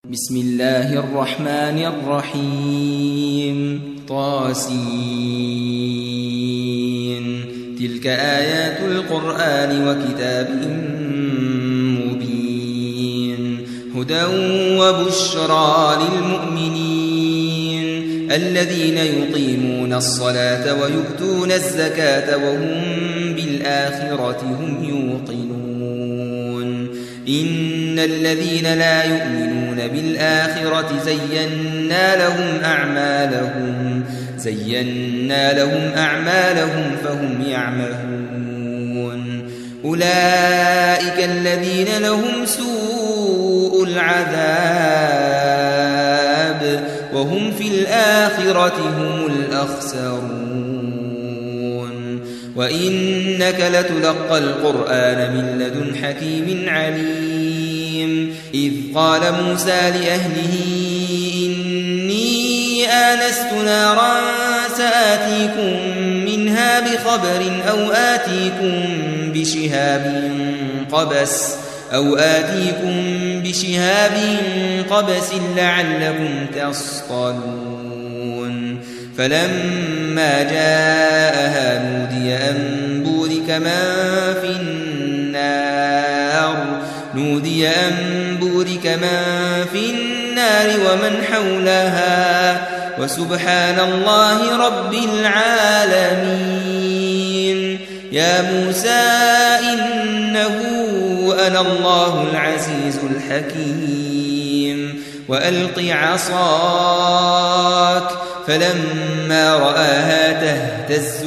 بسم الله الرحمن الرحيم طاسين تلك آيات القرآن وكتاب مبين هدى وبشرى للمؤمنين الذين يقيمون الصلاة ويؤتون الزكاة وهم بالآخرة هم يوقنون إن الذين لا يؤمنون بالآخرة زينا لهم أعمالهم فهم يعمهون أولئك الذين لهم سوء العذاب وهم في الآخرة هم الأخسرون وإنك لتلقى القرآن من لدن حكيم عليم إذ قال موسى لأهله إني آنست نارا سآتيكم منها بخبر أو آتيكم بشهاب قبس لعلكم تصطلون فلما جاءها نودي أن بورك من في النار ومن حولها وسبحان الله رب العالمين يا موسى إنه أنا الله العزيز الحكيم وألق عصاك فلما رآها تهتز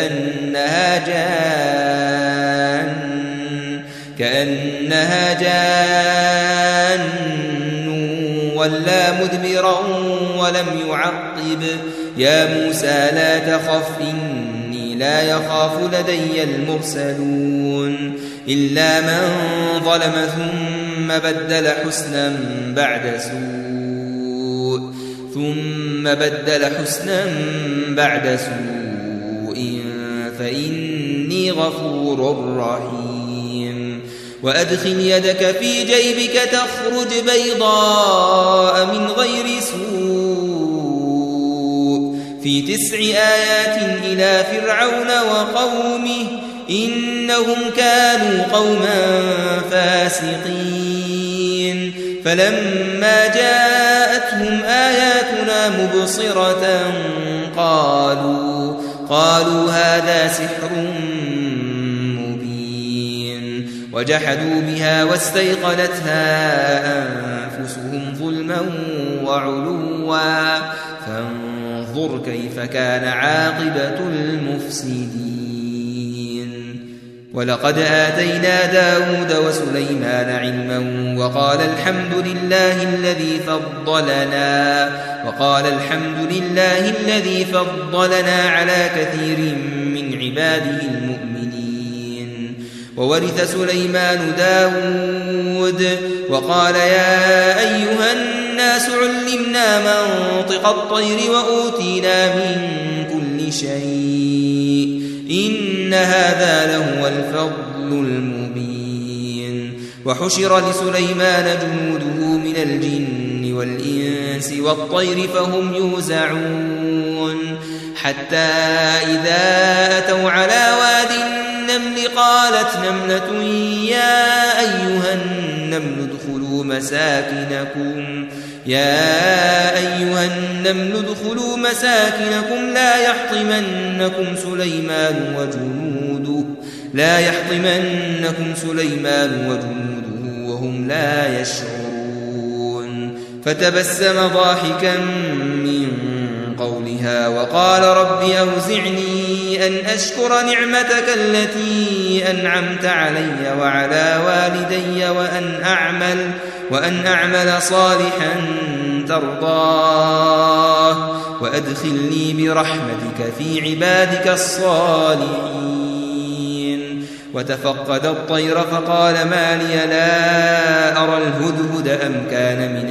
كأنها جان ولا مدبرا ولم يعقب يا موسى لا تخف إني لا يخاف لدي المرسلون إلا من ظلم ثم بدل حسنا بعد سوء فإني غفور رحيم وأدخل يدك في جيبك تخرج بيضاء من غير سوء في 9 آيات إلى فرعون وقومه إنهم كانوا قوما فاسقين فلما جاءتهم آياتنا مبصرة قالوا هذا سحر مبين وجحدوا بها واستيقنتها أنفسهم ظلما وعلوا فانظر كيف كان عاقبة المفسدين ولقد آتينا داود وسليمان علما وقال الحمد لله الذي فضلنا على كثير من عباده المؤمنين وورث سليمان داود وقال يا أيها الناس علمنا منطق الطير وأوتينا من كل شيء إن هذا لهو الفضل المبين وحشر لسليمان جنوده من الجن والإنس والطير فهم يوزعون حتى إذا أتوا على واد النمل قالت نملة يا أيها النمل ادخلوا مساكنكم لا يحطمنكم سليمان وجنوده وهم لا يشعرون فتبسم ضاحكا من قولها وقال رب أوزعني أن أشكر نعمتك التي أنعمت علي وعلى والدي وأن أعمل صالحا ترضاه وأدخلني برحمتك في عبادك الصالحين وتفقد الطير فقال ما لي لا أرى الهدهد أم كان من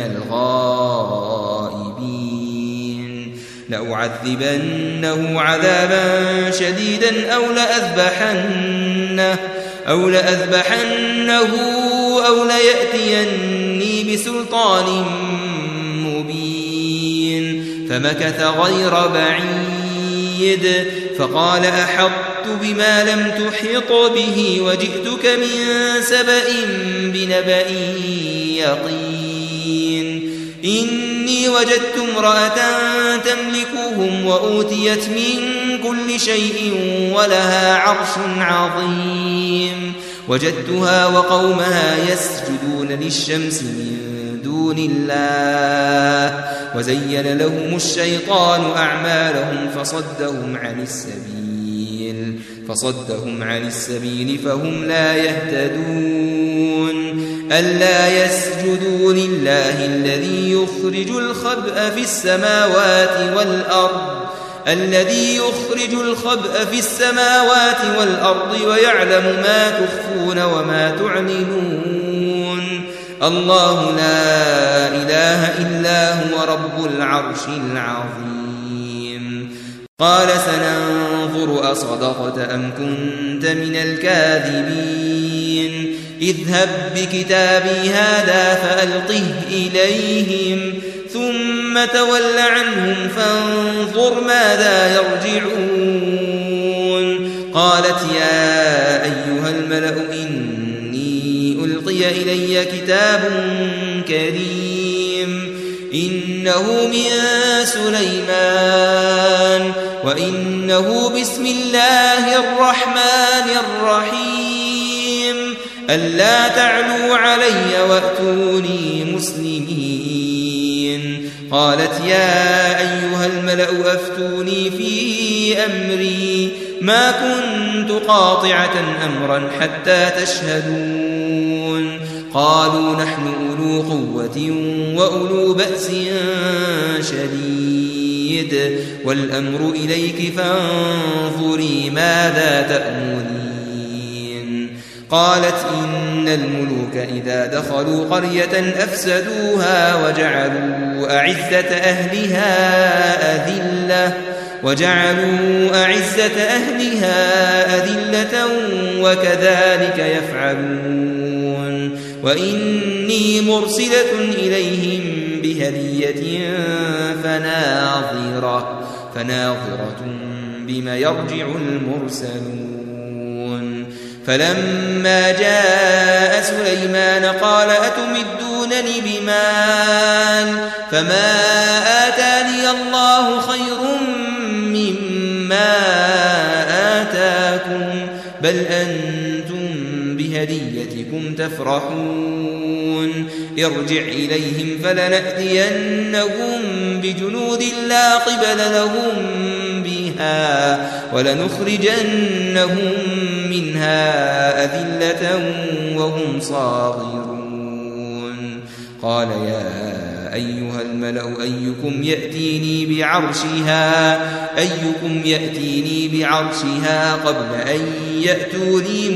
الغائبين لأعذبنه عذابا شديدا أو لأذبحنه أو ليأتيني بسلطان مبين فمكث غير بعيد فقال أحطت بما لم تحط به وجئتك من سبأ بنبأ يقين إني وجدت امرأة تملكهم وأوتيت من كل شيء ولها عرش عظيم وجدتها وقومها يسجدون للشمس من دون الله وزين لهم الشيطان أعمالهم فصدهم عن السبيل فهم لا يهتدون ألا يسجدوا لله الذي يخرج الخبأ في السماوات والأرض ويعلم ما تخفون وما تعلنون الله لا إله إلا هو رب العرش العظيم قال سننظر أصدقت أم كنت من الكاذبين اذهب بكتابي هذا فألقه إليهم ثم تول عنهم فانظر ماذا يرجعون قالت يا أيها الملأ إني ألقي إلي كتاب كريم إنه من سليمان وإنه بسم الله الرحمن الرحيم ألا تعلوا علي وأتوني مسلمين قالت يا أيها الملأ أفتوني في أمري ما كنت قاطعة أمرا حتى تشهدون قالوا نحن أولو قوة وأولو بأس شديد والأمر إليك فانظري ماذا تأمرين قالت إن الملوك إذا دخلوا قرية أفسدوها وجعلوا أعزة أهلها أذلة وكذلك يفعلون وإني مرسلة إليهم بهدية فناظرة بما يرجع المرسلون فلما جاء سليمان قال أتمدونني بمال فما آتاني الله خير مما آتاكم بل أنتم بهديتكم تفرحون ارجع إليهم فلنأتينهم بجنود لا قبل لهم بها ولنخرجنهم منها أذلة وهم صاغرون قال يا أيها الملأ أيكم يأتيني بعرشها قبل أن يأتوني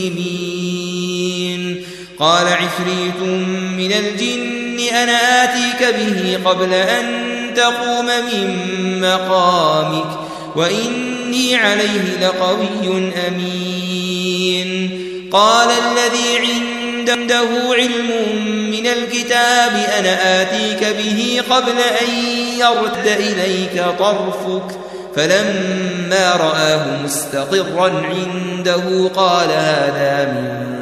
مسلمين قال عفريت من الجن أنا آتيك به قبل أن تقوم من مقامك وإني عليه لقوي أمين قال الذي عنده علم من الكتاب أنا آتيك به قبل أن يرتد إليك طرفك فلما رآه مستقرا عنده قال هذا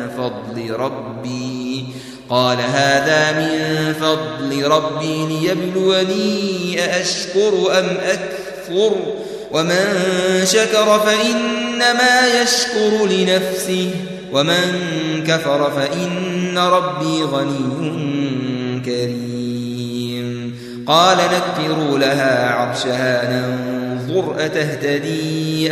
من فضل ربي ليبلوني أأشكر أم أكفر ومن شكر فإنما يشكر لنفسه ومن كفر فإن ربي غني كريم قال نكروا لها عرشها ننظر أتهتدي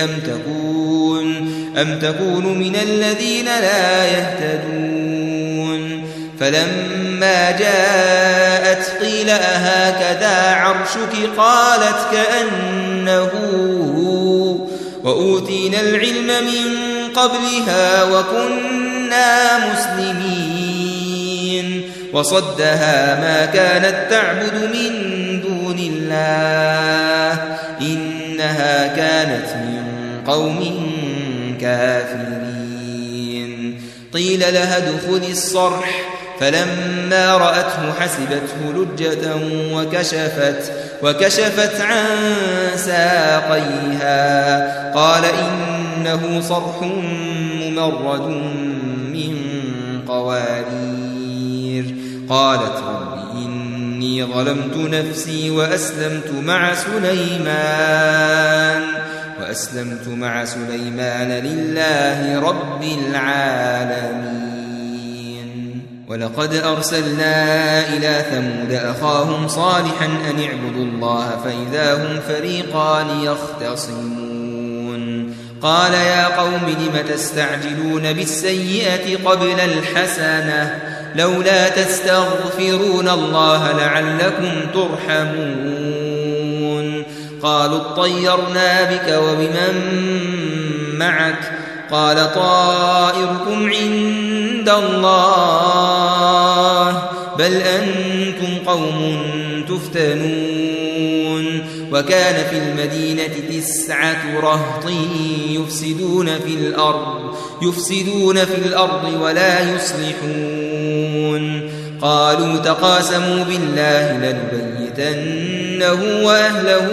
أم تكون من الذين لا يهتدون فلما جاءت قيل أهكذا عرشك قالت كأنه وأوتينا العلم من قبلها وكنا مسلمين وصدها ما كانت تعبد من دون الله إنها كانت من قوم كافرين قيل لها ادخل الصرح فلما رأته حسبته لجة وكشفت عن ساقيها قال إنه صرح ممرد من قوارير. قالت رب إني ظلمت نفسي وأسلمت مع سليمان لله رب العالمين. ولقد أرسلنا إلى ثمود أخاهم صالحا أن اعبدوا الله فإذا هم فريقان يختصمون. قال يا قوم لم تستعجلون بالسيئة قبل الحسنة لولا تستغفرون الله لعلكم ترحمون. قالوا اطيرنا بك وبمن معك قال طائركم عند الله بل أنتم قوم تفتنون. وكان في المدينة 9 رهط يفسدون في الأرض ولا يصلحون. قالوا تقاسموا بالله لنبيتنه وأهله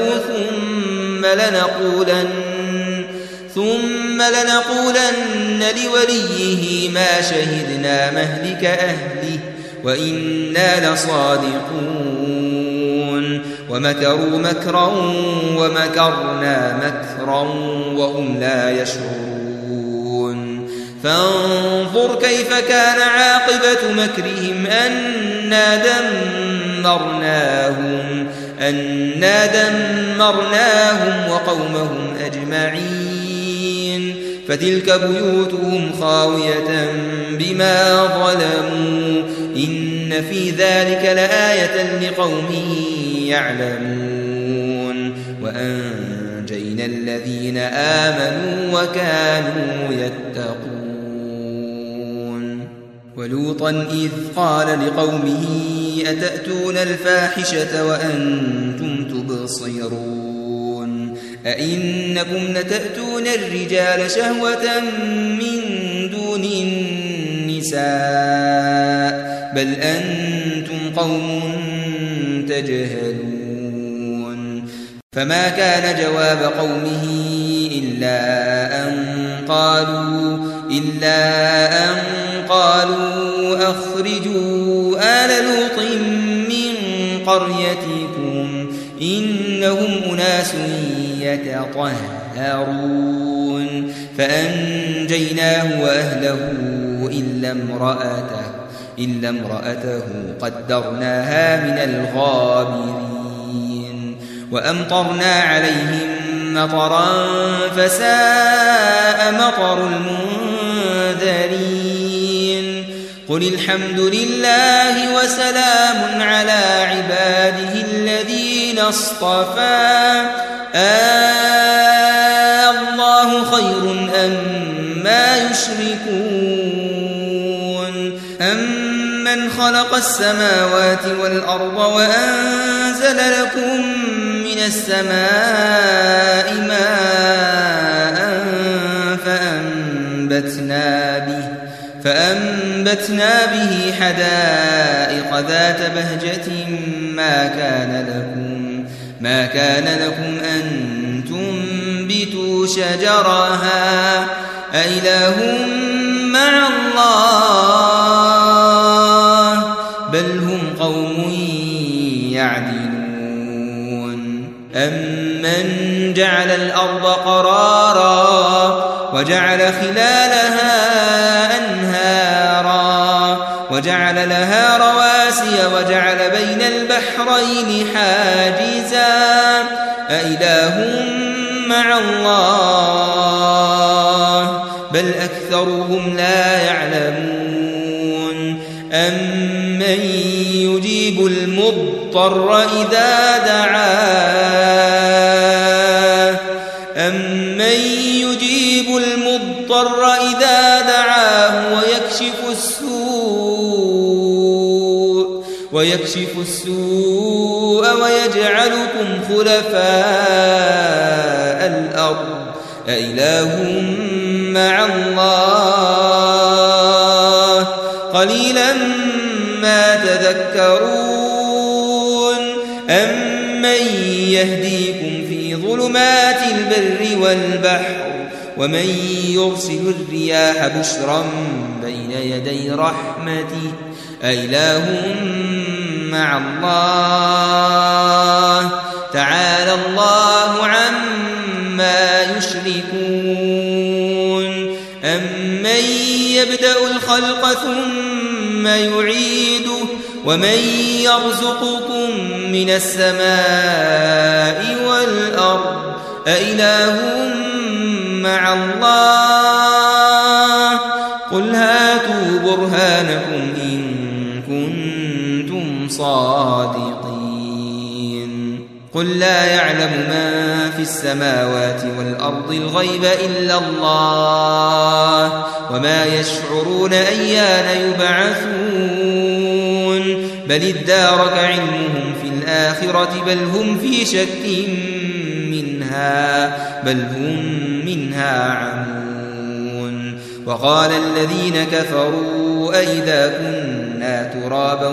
ثم لنقولن لوليه ما شهدنا مهلك أهله وإنا لصادقون. ومكروا مكرا ومكرنا مكرا وهم لا يشعرون. فانظر كيف كان عاقبة مكرهم أنا دمرناهم وقومهم أجمعين. فتلك بيوتهم خاوية بما ظلموا إن في ذلك لآية لقوم يعلمون. وأنجينا الذين آمنوا وكانوا يتقون. ولوطا إذ قال لقومه أتأتون الفاحشة وأنتم تبصرون أئنكم لتأتون الرجال شهوة من دون النساء بل أنتم قوم تجهلون. فما كان جواب قومه إلا أن قالوا أخرجوا آل لوط من قريتكم إنهم أناس يتطهرون. فأنجيناه وأهله إلا امرأته قدرناها من الغابرين. وأمطرنا عليهم مطرا فساء مطر المنذرين. قل الحمد لله وسلام على عباده الذين اصطفى الله خير أما يشركون. أمن خلق السماوات والأرض وأنزل لكم من السماء ماء فأنبتنا به حدائق ذات بهجة ما كان لكم أن تنبتوا شجرها أإله مع الله بل هم قوم يعدلون. أمن جعل الأرض قرارا وجعل خلالها أنهارا وجعل لها رواسي وجعل بين البحرين حاجزا أإله مع الله بل أكثرهم لا يعلمون. أمن يجيب المضطر إذا دعاه ويكشف السوء ويجعلكم خلفاء الأرض أإله مع الله قليلا ما تذكرون أمن يهديكم في ظلمات البر والبحر ومن يرسل الرياح بشرا بين يدي رحمته أإله مع الله تعالى الله عما يشركون أمن يبدأ الخلق ثم يعيده ومن يرزقكم من السماء والأرض أإله مع الله قل هاتوا برهانكم إن كنتم صادقين قل لا يعلم من في السماوات والأرض الغيب إلا الله وما يشعرون أيان يبعثون بل ادارك علمهم في الآخرة بل هم في شك منها عمون وقال الذين كفروا أئذا كنا ترابا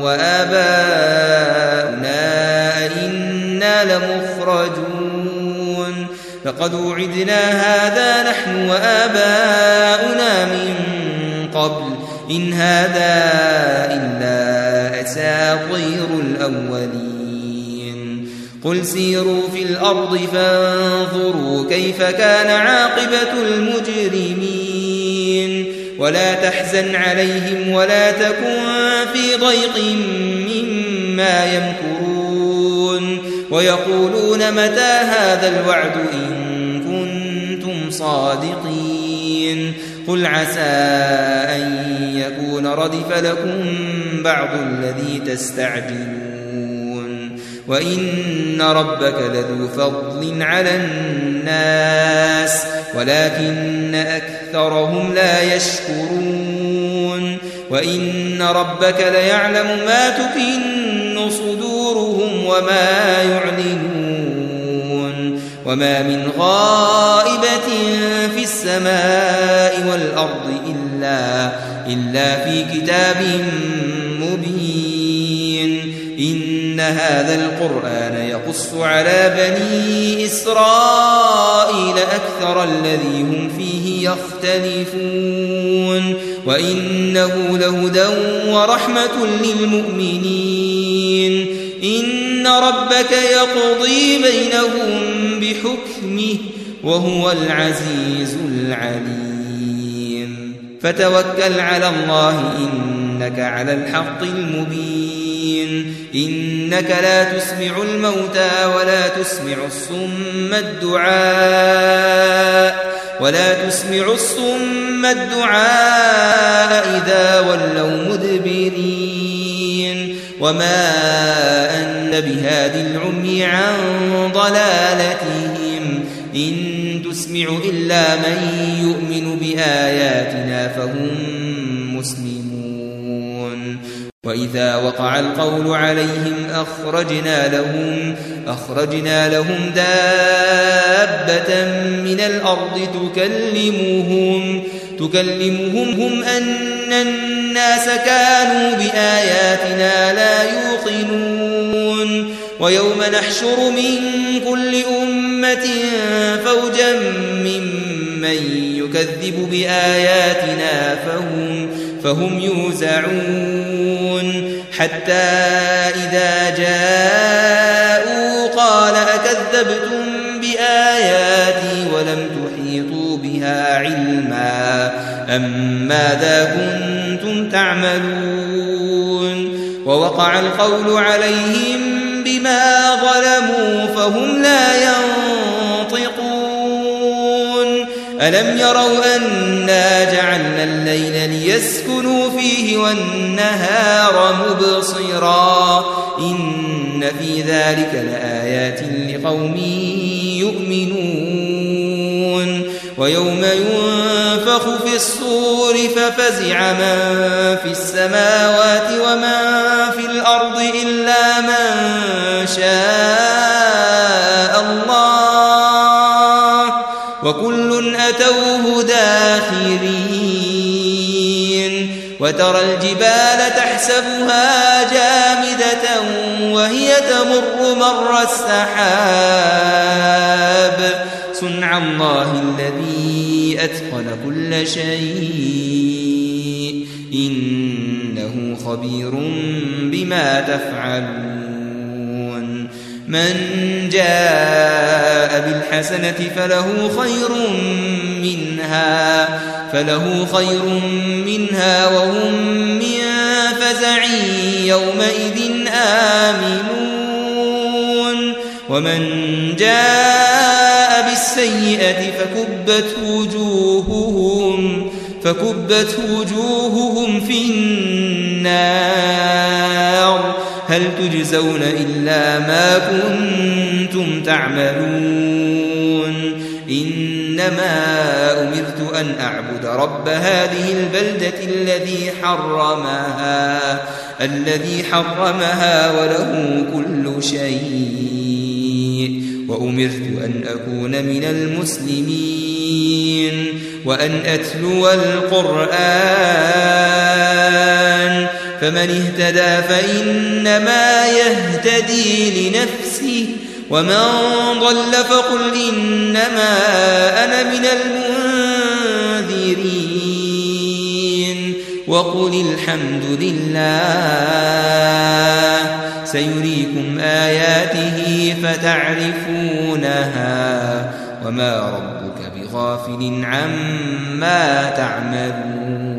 وآباؤنا أئنا لمخرجون لقد وعدنا هذا نحن وآباؤنا من قبل إن هذا إلا أساطير الأولين قل سيروا في الأرض فانظروا كيف كان عاقبة المجرمين ولا تحزن عليهم ولا تكن في ضيق مما يمكرون ويقولون متى هذا الوعد إن كنتم صادقين قل عسى أن يكون ردف لكم بعض الذي تستعجلون وإن ربك لذو فضل على الناس ولكن أكثرهم لا يشكرون وإن ربك ليعلم ما تكن صدورهم وما يعلنون وما من غائبة في السماء والأرض إلا في كتاب مبين إن هذا القرآن يقص على بني إسرائيل أكثر الذي هم فيه يختلفون وإنه لهدى ورحمة للمؤمنين إن ربك يقضي بينهم بحكمه وهو العزيز العليم فتوكل على الله إنك على الحق المبين إنك لا تسمع الموتى ولا تسمع الصم الدعاء إذا ولوا مدبرين وما أنت بهادي العمي عن ضلالتهم إن تسمع إلا من يؤمن بآياتنا فهم مسلمون وإذا وقع القول عليهم أخرجنا لهم دابة من الأرض تكلمهم أن الناس كانوا بآياتنا لا يوقنون ويوم نحشر من كل أمة فوجا ممن يكذب بآياتنا فهم يوزعون حتى إذا جاءوا قال أكذبتم بآياتي ولم تحيطوا بها علما أم ماذا كنتم تعملون ووقع القول عليهم بما ظلموا فهم لا ينطقون ألم يروا أنا جعلنا الليل ليسكنوا فيه والنهار مبصرا إن في ذلك لآيات لقوم يؤمنون ويوم ينفخ في الصور ففزع من في السماوات ومن في الأرض إلا من شاء الله وكل أتوه داخرين وترى الجبال تحسبها جامدة وهي تمر مر السحاب صنع الله الذي أتقن كل شيء إنه خبير بما تفعلون من جاء بالحسنة فله خير منها وهم من فزع يومئذ آمنون ومن جاء بالسيئة فكبت وجوههم في النار هل تجزون إلا ما كنتم تعملون إنما أمرت أن أعبد رب هذه البلدة الذي حرمها وله كل شيء وأمرت أن أكون من المسلمين وأن أتلو القرآن فمن اهتدى فإنما يهتدي لنفسه ومن ضل فقل إنما أنا من المنذرين وقل الحمد لله سيريكم آياته فتعرفونها وما ربك بغافل عما تعملون